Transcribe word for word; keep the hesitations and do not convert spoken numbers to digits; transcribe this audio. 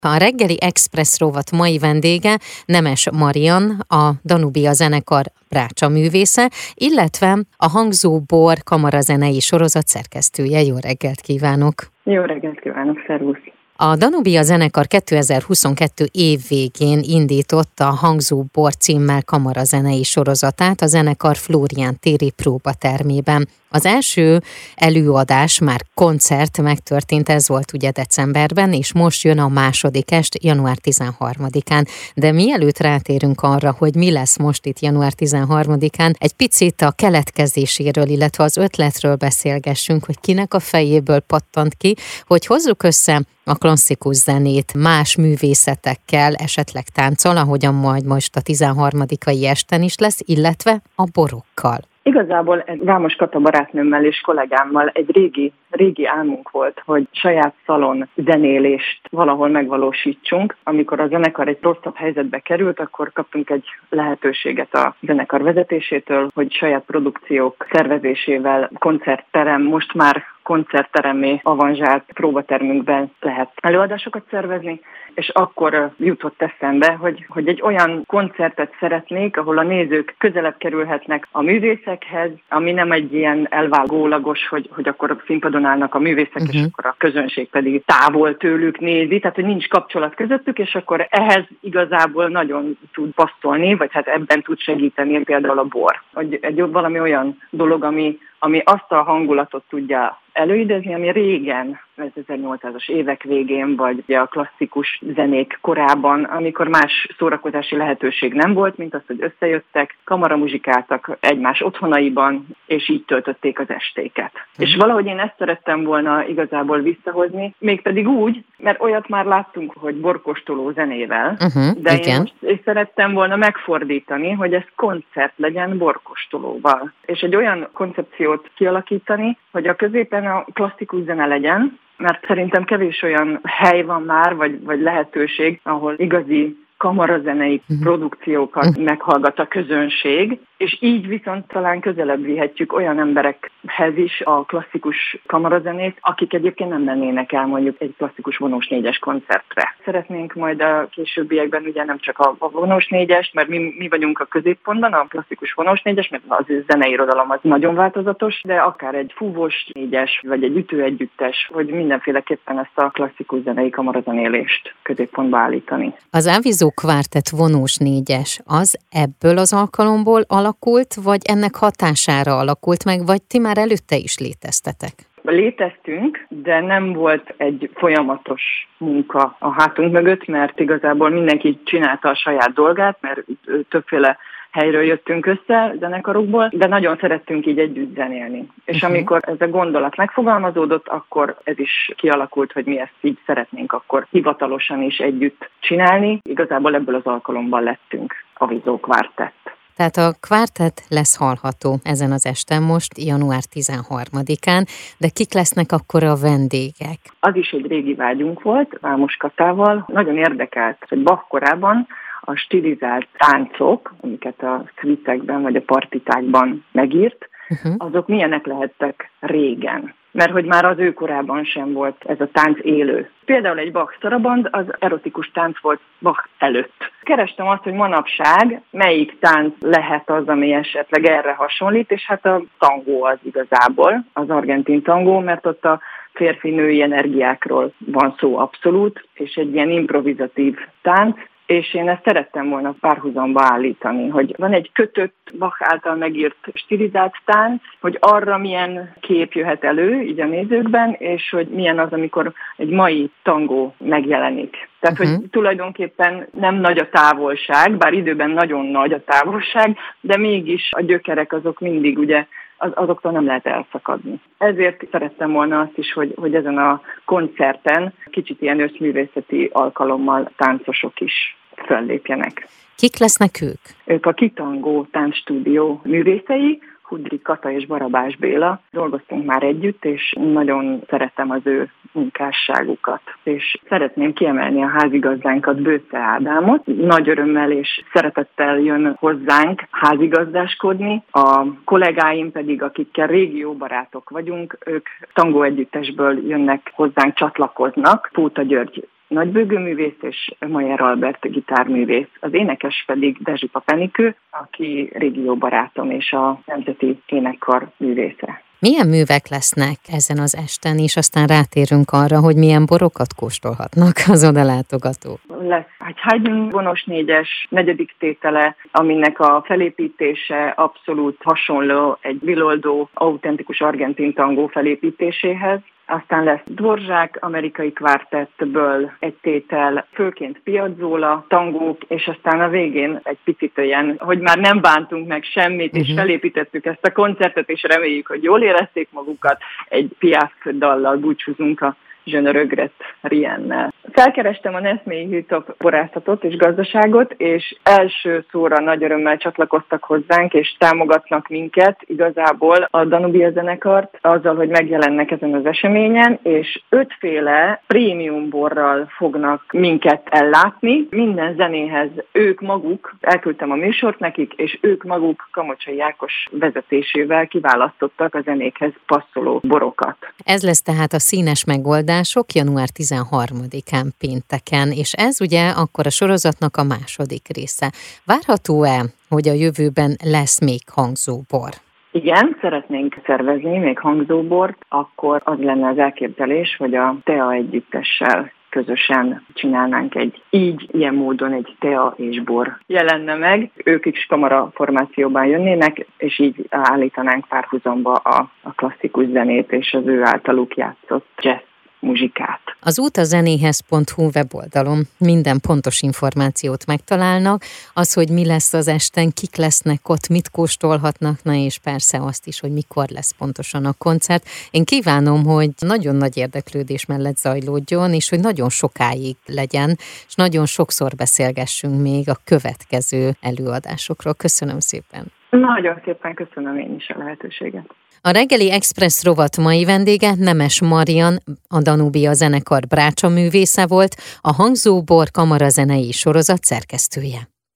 A reggeli Express rovat mai vendége Nemes Marian, a Danubia zenekar brácsa művésze, illetve a Hangzóbor kamarazenei sorozat szerkesztője. Jó reggelt kívánok! Jó reggelt kívánok, szervusz! A Danubia zenekar kétezer-huszonkettő év végén indította a Hangzóbor címmel kamarazenei sorozatát a zenekar Flórián téri próbatermében. Az első előadás, már koncert megtörtént, ez volt ugye decemberben, és most jön a második est, január tizenharmadikán. De mielőtt rátérünk arra, hogy mi lesz most itt január tizenharmadikán, egy picit a keletkezéséről, illetve az ötletről beszélgessünk, hogy kinek a fejéből pattant ki, hogy hozzuk össze a klasszikus zenét más művészetekkel, esetleg tánccal, ahogyan majd most a tizenharmadikai esten is lesz, illetve a borokkal. Igazából Vámos Kata barátnőmmel és kollégámmal egy régi, régi álmunk volt, hogy saját szalon zenélést valahol megvalósítsunk. Amikor a zenekar egy rosszabb helyzetbe került, akkor kaptunk egy lehetőséget a zenekar vezetésétől, hogy saját produkciók szervezésével koncertterem, most már koncertteremmé avanzsált próbatermünkben lehet előadásokat szervezni, és akkor jutott eszembe, hogy, hogy egy olyan koncertet szeretnék, ahol a nézők közelebb kerülhetnek a művészekhez, ami nem egy ilyen elvágólagos, hogy, hogy akkor a színpadon állnak a művészek, uh-huh. és akkor a közönség pedig távol tőlük nézi, tehát hogy nincs kapcsolat közöttük, és akkor ehhez igazából nagyon tud passzolni, vagy hát ebben tud segíteni például a bor. Hogy egy valami olyan dolog, ami, ami azt a hangulatot tudja előidézni, ami régen, az ezernyolcszázas évek végén, vagy a klasszikus zenék korában, amikor más szórakozási lehetőség nem volt, mint az, hogy összejöttek, kamaramuzsikáltak egymás otthonaiban, és így töltötték az estéket. Mm. És valahogy én ezt szerettem volna igazából visszahozni, mégpedig úgy, mert olyat már láttunk, hogy borkostoló zenével, uh-huh, de igen. én most és szerettem volna megfordítani, hogy ez koncert legyen borkostolóval. És egy olyan koncepciót kialakítani, hogy a középen a klasszikus zene legyen, mert szerintem kevés olyan hely van már, vagy, vagy lehetőség, ahol igazi kamarazenei uh-huh. produkciókat uh-huh. meghallgat a közönség, és így viszont talán közelebb vihetjük olyan emberekhez is a klasszikus kamarazenét, akik egyébként nem mennének el mondjuk egy klasszikus vonós négyes koncertre. Szeretnénk majd a későbbiekben ugye nem csak a vonós négyes, mert mi, mi vagyunk a középpontban, a klasszikus vonós négyes, mert az zenei irodalom az nagyon változatos, de akár egy fúvós négyes, vagy egy ütőegyüttes, hogy mindenféleképpen ezt a klasszikus zenei kamarazenélést középpontba állítani. Az Ávizó Kvartett vonós négyes, az ebből az alkalomból alakult, vagy ennek hatására alakult meg, vagy ti már előtte is léteztetek? Léteztünk, de nem volt egy folyamatos munka a hátunk mögött, mert igazából mindenki csinálta a saját dolgát, mert többféle helyről jöttünk össze zenekarokból, de nagyon szerettünk így együtt zenélni. És uh-huh. amikor ez a gondolat megfogalmazódott, akkor ez is kialakult, hogy mi ezt így szeretnénk akkor hivatalosan is együtt csinálni. Igazából ebből az alkalomból lettünk Ávizó Kvartett. Tehát a kvártett lesz hallható ezen az esten most, január tizenharmadikán, de kik lesznek akkor a vendégek? Az is egy régi vágyunk volt, Vámos Katával. Nagyon érdekelt, hogy Bach korában a stilizált táncok, amiket a szvitekben vagy a partitákban megírt, uh-huh. azok milyenek lehettek régen. Mert hogy már az ő korában sem volt ez a tánc élő. Például egy Bach szaraband, az erotikus tánc volt Bach előtt. Kerestem azt, hogy manapság melyik tánc lehet az, ami esetleg erre hasonlít, és hát a tangó az igazából, az argentin tangó, mert ott a férfi-női energiákról van szó abszolút, és egy ilyen improvizatív tánc, és én ezt szerettem volna párhuzamba állítani, hogy van egy kötött, Bach által megírt stilizált tánc, hogy arra milyen kép jöhet elő így a nézőkben, és hogy milyen az, amikor egy mai tangó megjelenik. Tehát, uh-huh. hogy tulajdonképpen nem nagy a távolság, bár időben nagyon nagy a távolság, de mégis a gyökerek azok mindig ugye az, azoktól nem lehet elszakadni. Ezért szerettem volna azt is, hogy, hogy ezen a koncerten kicsit ilyen összművészeti alkalommal táncosok is fellépjenek. Kik lesznek ők? Ők a Kitangó táncstúdió művészei, Hudrik Kata és Barabás Béla. Dolgoztunk már együtt, és nagyon szeretem az ő munkásságukat. És szeretném kiemelni a házigazdánkat, Bőce Ádámot. Nagy örömmel és szeretettel jön hozzánk házigazdáskodni. A kollégáim pedig, akikkel régi jó barátok vagyunk, ők tangó együttesből jönnek hozzánk, csatlakoznak. Póta György nagybőgő művész, és Mayer Albert gitárművész. Az énekes pedig Dezsika Penikő, aki régióbarátom és a Nemzeti Énekkar művésze. Milyen művek lesznek ezen az esten, és aztán rátérünk arra, hogy milyen borokat kóstolhatnak az odalátogatók? Lesz egy Haydn vonos négyes negyedik tétele, aminek a felépítése abszolút hasonló egy Villoldo autentikus argentin tangó felépítéséhez. Aztán lesz Dvorak amerikai kvártettből egy tétel, főként Piazzolla, tangók, és aztán a végén egy picit olyan, hogy már nem bántunk meg semmit, uh-huh. és felépítettük ezt a koncertet, és reméljük, hogy jól érezték magukat, egy Piaf dallal búcsúzunk a Je ne regrette riennel. Felkerestem a Neszmélyi Hilltop borászatot és gazdaságot, és első szóra nagy örömmel csatlakoztak hozzánk, és támogatnak minket igazából a Danubia zenekart azzal, hogy megjelennek ezen az eseményen, és ötféle prémium borral fognak minket ellátni. Minden zenéhez ők maguk, elküldtem a műsort nekik, és ők maguk Kamocsai Ákos vezetésével kiválasztottak a zenékhez passzoló borokat. Ez lesz tehát a színes megoldás január tizenharmadikán pénteken, és ez ugye akkor a sorozatnak a második része. Várható-e, hogy a jövőben lesz még hangzóbor? Igen, szeretnénk szervezni még hangzóbort, akkor az lenne az elképzelés, hogy a Tea együttessel közösen csinálnánk egy így, ilyen módon egy tea és bor jelenne meg. Ők is kamara formációban jönnének, és így állítanánk párhuzamba a, a klasszikus zenét és az ő általuk játszott jazz muzsikát. Az utazenéhez pont hu weboldalon minden pontos információt megtalálnak, az, hogy mi lesz az esten, kik lesznek ott, mit kóstolhatnak, na és persze azt is, hogy mikor lesz pontosan a koncert. Én kívánom, hogy nagyon nagy érdeklődés mellett zajlódjon, és hogy nagyon sokáig legyen, és nagyon sokszor beszélgessünk még a következő előadásokról. Köszönöm szépen! Nagyon szépen köszönöm én is a lehetőséget. A Reggeli Express rovat mai vendége Nemes Marian, a Danubia zenekar brácsa művésze volt, a Hangzóbor kamarazenei sorozat szerkesztője.